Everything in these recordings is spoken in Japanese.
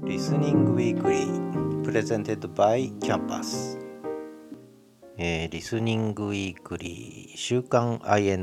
リスニングウィークリープレゼンテッドバイキャンパス、リスニングウィークリー週刊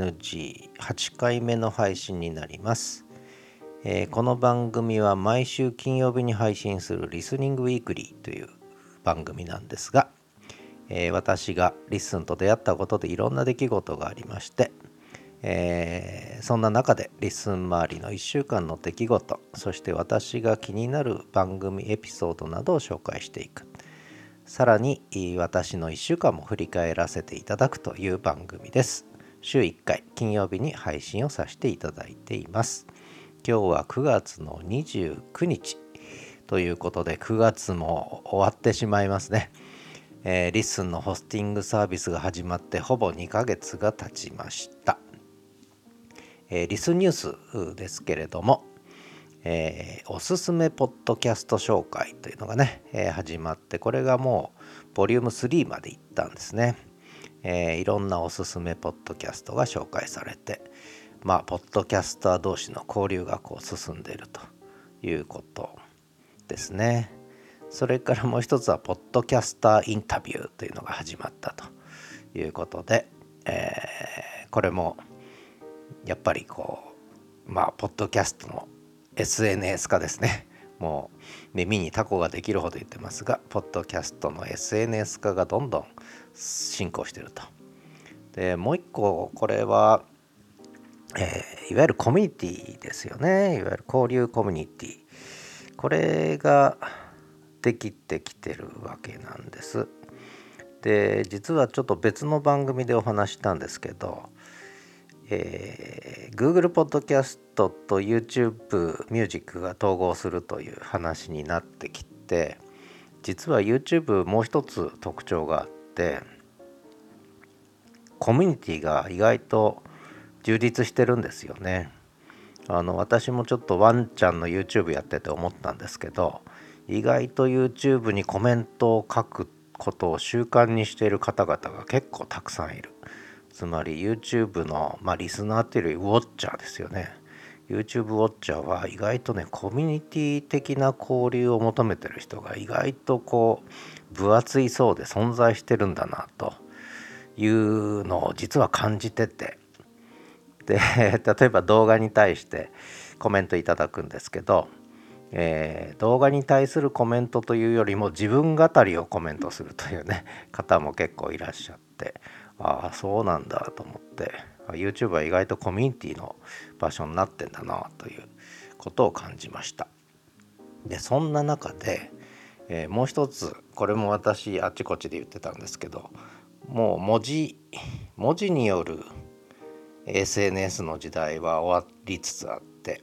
ING8 回目の配信になります。この番組は毎週金曜日に配信するリスニングウィークリーという番組なんですが、私がリッスンと出会ったことでいろんな出来事がありまして、そんな中でリッスン周りの1週間の出来事、そして私が気になる番組エピソードなどを紹介していく。さらに私の1週間も振り返らせていただくという番組です。週1回金曜日に配信をさせていただいています。今日は9月の29日ということで、9月も終わってしまいますね。リッスンのホスティングサービスが始まってほぼ2ヶ月が経ちました。リスニュースですけれども、おすすめポッドキャスト紹介というのがね、始まって、これがもうボリューム3までいったんですね。いろんなおすすめポッドキャストが紹介されて、ポッドキャスター同士の交流が進んでいるということですね。それからもう一つはポッドキャスターインタビューというのが始まったということで、これもやっぱりポッドキャストの SNS 化ですね。もう耳にタコができるほど言ってますが、ポッドキャストの SNS 化がどんどん進行していると。でもう一個、これは、いわゆるコミュニティですよね。いわゆる交流コミュニティ、これができてきてるわけなんです。で実はちょっと別の番組でお話したんですけど、Google ポッドキャストと YouTube ミュージックが統合するという話になってきて、実は YouTube もう一つ特徴があって、コミュニティが意外と充実してるんですよね。私もちょっとワンちゃんの YouTube やってて思ったんですけど、意外と YouTube にコメントを書くことを習慣にしている方々が結構たくさんいる。つまり YouTube の、リスナーっていうよりウォッチャーですよね。 YouTube ウォッチャーは意外とね、コミュニティ的な交流を求めてる人が意外と分厚い層で存在してるんだなというのを実は感じてて、で例えば動画に対してコメントいただくんですけど、動画に対するコメントというよりも自分語りをコメントするというね方も結構いらっしゃって、ああそうなんだと思って、YouTube は意外とコミュニティの場所になってんだなということを感じました。でそんな中で、もう一つ、これも私あっちこっちで言ってたんですけど、もう文字による SNS の時代は終わりつつあって、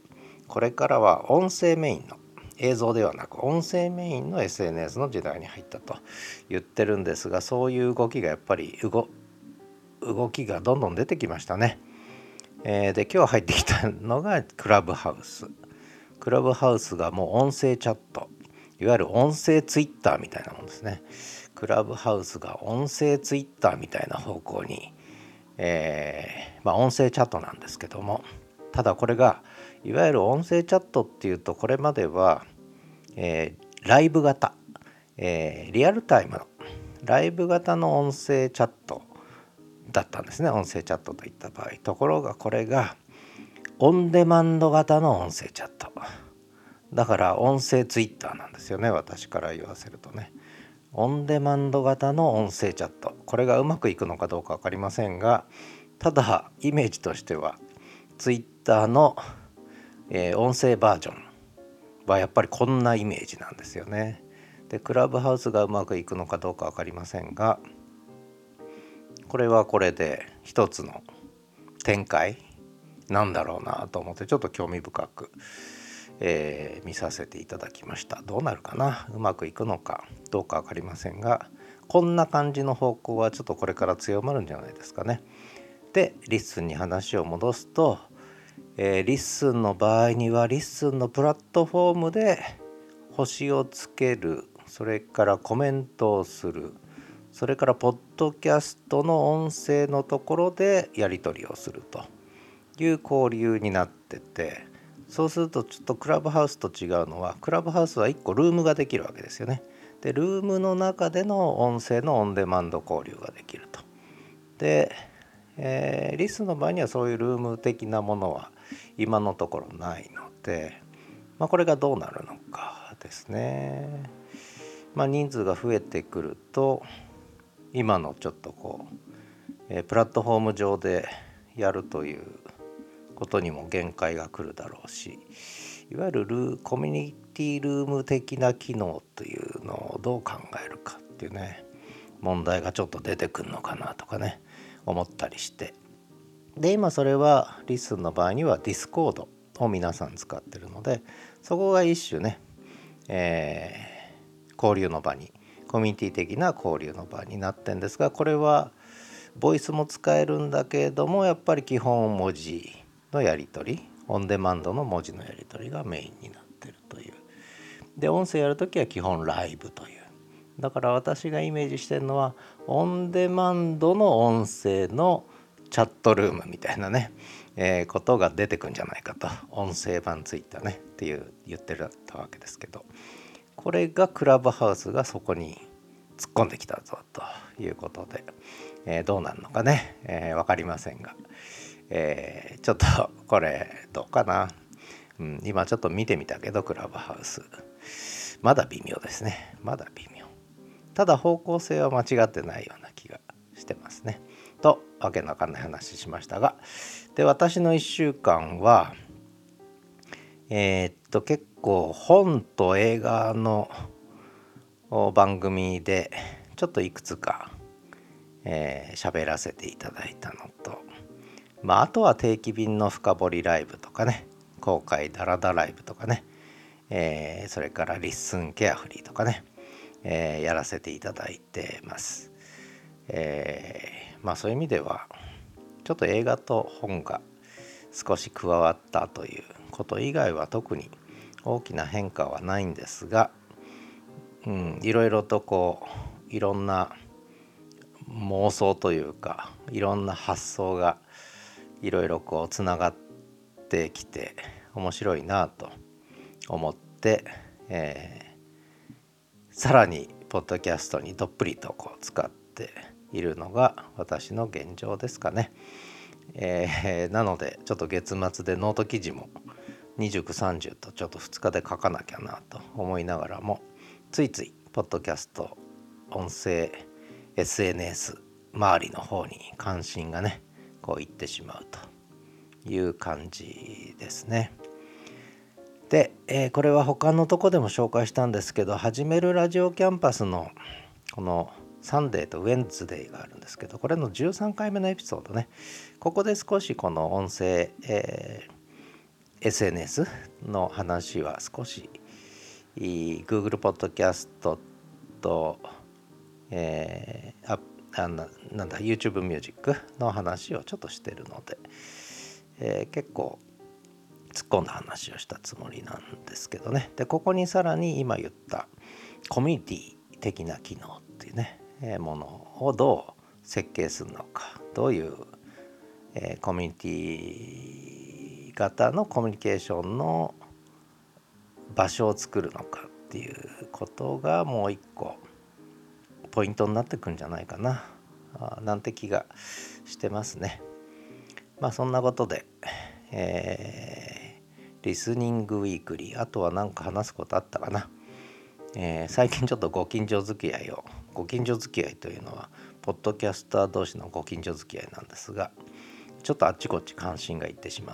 これからは音声メインの、映像ではなく音声メインの SNS の時代に入ったと言ってるんですが、そういう動きがやっぱり動きがどんどん出てきましたね。で今日入ってきたのがクラブハウス。クラブハウスがもう音声チャット、いわゆる音声ツイッターみたいなもんですね。クラブハウスが音声ツイッターみたいな方向に、音声チャットなんですけども、ただこれがいわゆる音声チャットっていうと、これまでは、ライブ型、リアルタイムのライブ型の音声チャットだったんですね、音声チャットといった場合。ところがこれがオンデマンド型の音声チャットだから、音声ツイッターなんですよね、私から言わせるとね。オンデマンド型の音声チャット、これがうまくいくのかどうか分かりませんが、ただイメージとしてはツイッターの、音声バージョンはやっぱりこんなイメージなんですよね。でクラブハウスがうまくいくのかどうか分かりませんが、これはこれで一つの展開なんだろうなと思って、ちょっと興味深く、見させていただきました。どうなるかな、うまくいくのかどうか分かりませんが、こんな感じの方向はちょっとこれから強まるんじゃないですかね。でリッスンに話を戻すと、リッスンの場合にはリッスンのプラットフォームで星をつける、それからコメントをする、それからポッドキャストの音声のところでやり取りをするという交流になってて、 そうするとちょっとクラブハウスと違うのは、クラブハウスは1個ルームができるわけですよね。でルームの中での音声のオンデマンド交流ができると。で、リスの場合にはそういうルーム的なものは今のところないので、これがどうなるのかですね。人数が増えてくると今のちょっとプラットフォーム上でやるということにも限界が来るだろうし、いわゆるコミュニティルーム的な機能というのをどう考えるかっていうね、問題がちょっと出てくるのかなとかね思ったりして、で今それはリスンの場合にはディスコードを皆さん使ってるので、そこが一種ね、交流の場に、コミュニティ的な交流の場になってるんですが、これはボイスも使えるんだけれども、やっぱり基本文字のやり取り、オンデマンドの文字のやり取りがメインになってるという。で音声やるときは基本ライブという。だから私がイメージしてるのはオンデマンドの音声のチャットルームみたいなね、ことが出てくるんじゃないかと。音声版ついたねっていう言ってたわけですけど、これがクラブハウスがそこに突っ込んできたぞということで、どうなるのかね、分かりませんが、ちょっとこれどうかな、今ちょっと見てみたけどクラブハウスまだ微妙ですね。まだ微妙。ただ方向性は間違ってないような気がしてますね。とわけのわかんない話しましたが、で私の1週間は結構本と映画の番組でちょっといくつか喋らせていただいたのと、あとは定期便の深掘りライブとかね、公開ダラダライブとかね、それからリッスンケアフリーとかね、やらせていただいてます。そういう意味ではちょっと映画と本が少し加わったということ以外は特に大きな変化はないんですが、いろいろといろんな妄想というかいろんな発想がいろいろつながってきて面白いなと思って、さらにポッドキャストにどっぷりと使っているのが私の現状ですかね。なのでちょっと月末でノート記事も29、30とちょっと2日で書かなきゃなと思いながらも、ついついポッドキャスト、音声 SNS 周りの方に関心がねいってしまうという感じですね。で、これは他のとこでも紹介したんですけど、始めるラジオキャンパスのこのサンデーとウェンズデーがあるんですけど、これの13回目のエピソードね、ここで少しこの音声、SNS の話は少しGoogle ポッドキャストと、YouTube ミュージックの話をちょっとしてるので、結構突っ込んだ話をしたつもりなんですけどね。でここにさらに今言ったコミュニティ的な機能っていうね、ものをどう設計するのか、どういう、コミュニティ型のコミュニケーションの場所を作るのかっていうことがもう一個ポイントになってくるんじゃないかななんて気がしてますね。そんなことで、リスニングウィークリー、あとは何か話すことあったかな。最近ちょっとご近所付き合いというのはポッドキャスター同士のご近所付き合いなんですが、ちょっとあっちこっち関心がいってしまって、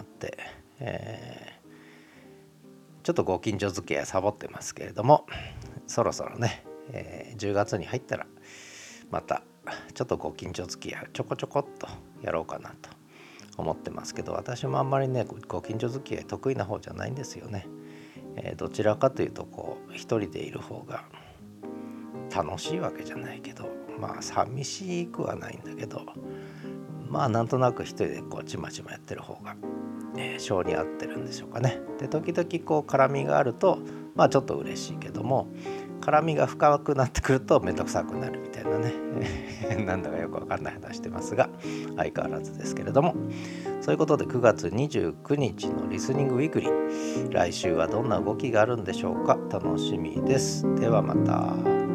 ちょっとご近所付き合いサボってますけれども、そろそろね、10月に入ったらまたちょっとご近所付き合いちょこちょこっとやろうかなと思ってますけど、私もあんまりねご近所付き合い得意な方じゃないんですよね。どちらかというと一人でいる方が楽しいわけじゃないけど、寂しくはないんだけど、なんとなく一人でちまちまやってる方が、性に合ってるんでしょうかね。で時々絡みがあるとちょっと嬉しいけども、 絡みが深くなってくるとめんどくさくなるみたいなねなんだかよくわかんない話してますが、相変わらずですけれども、そういうことで9月29日のリスニングウィークリー、来週はどんな動きがあるんでしょうか。楽しみです。ではまた。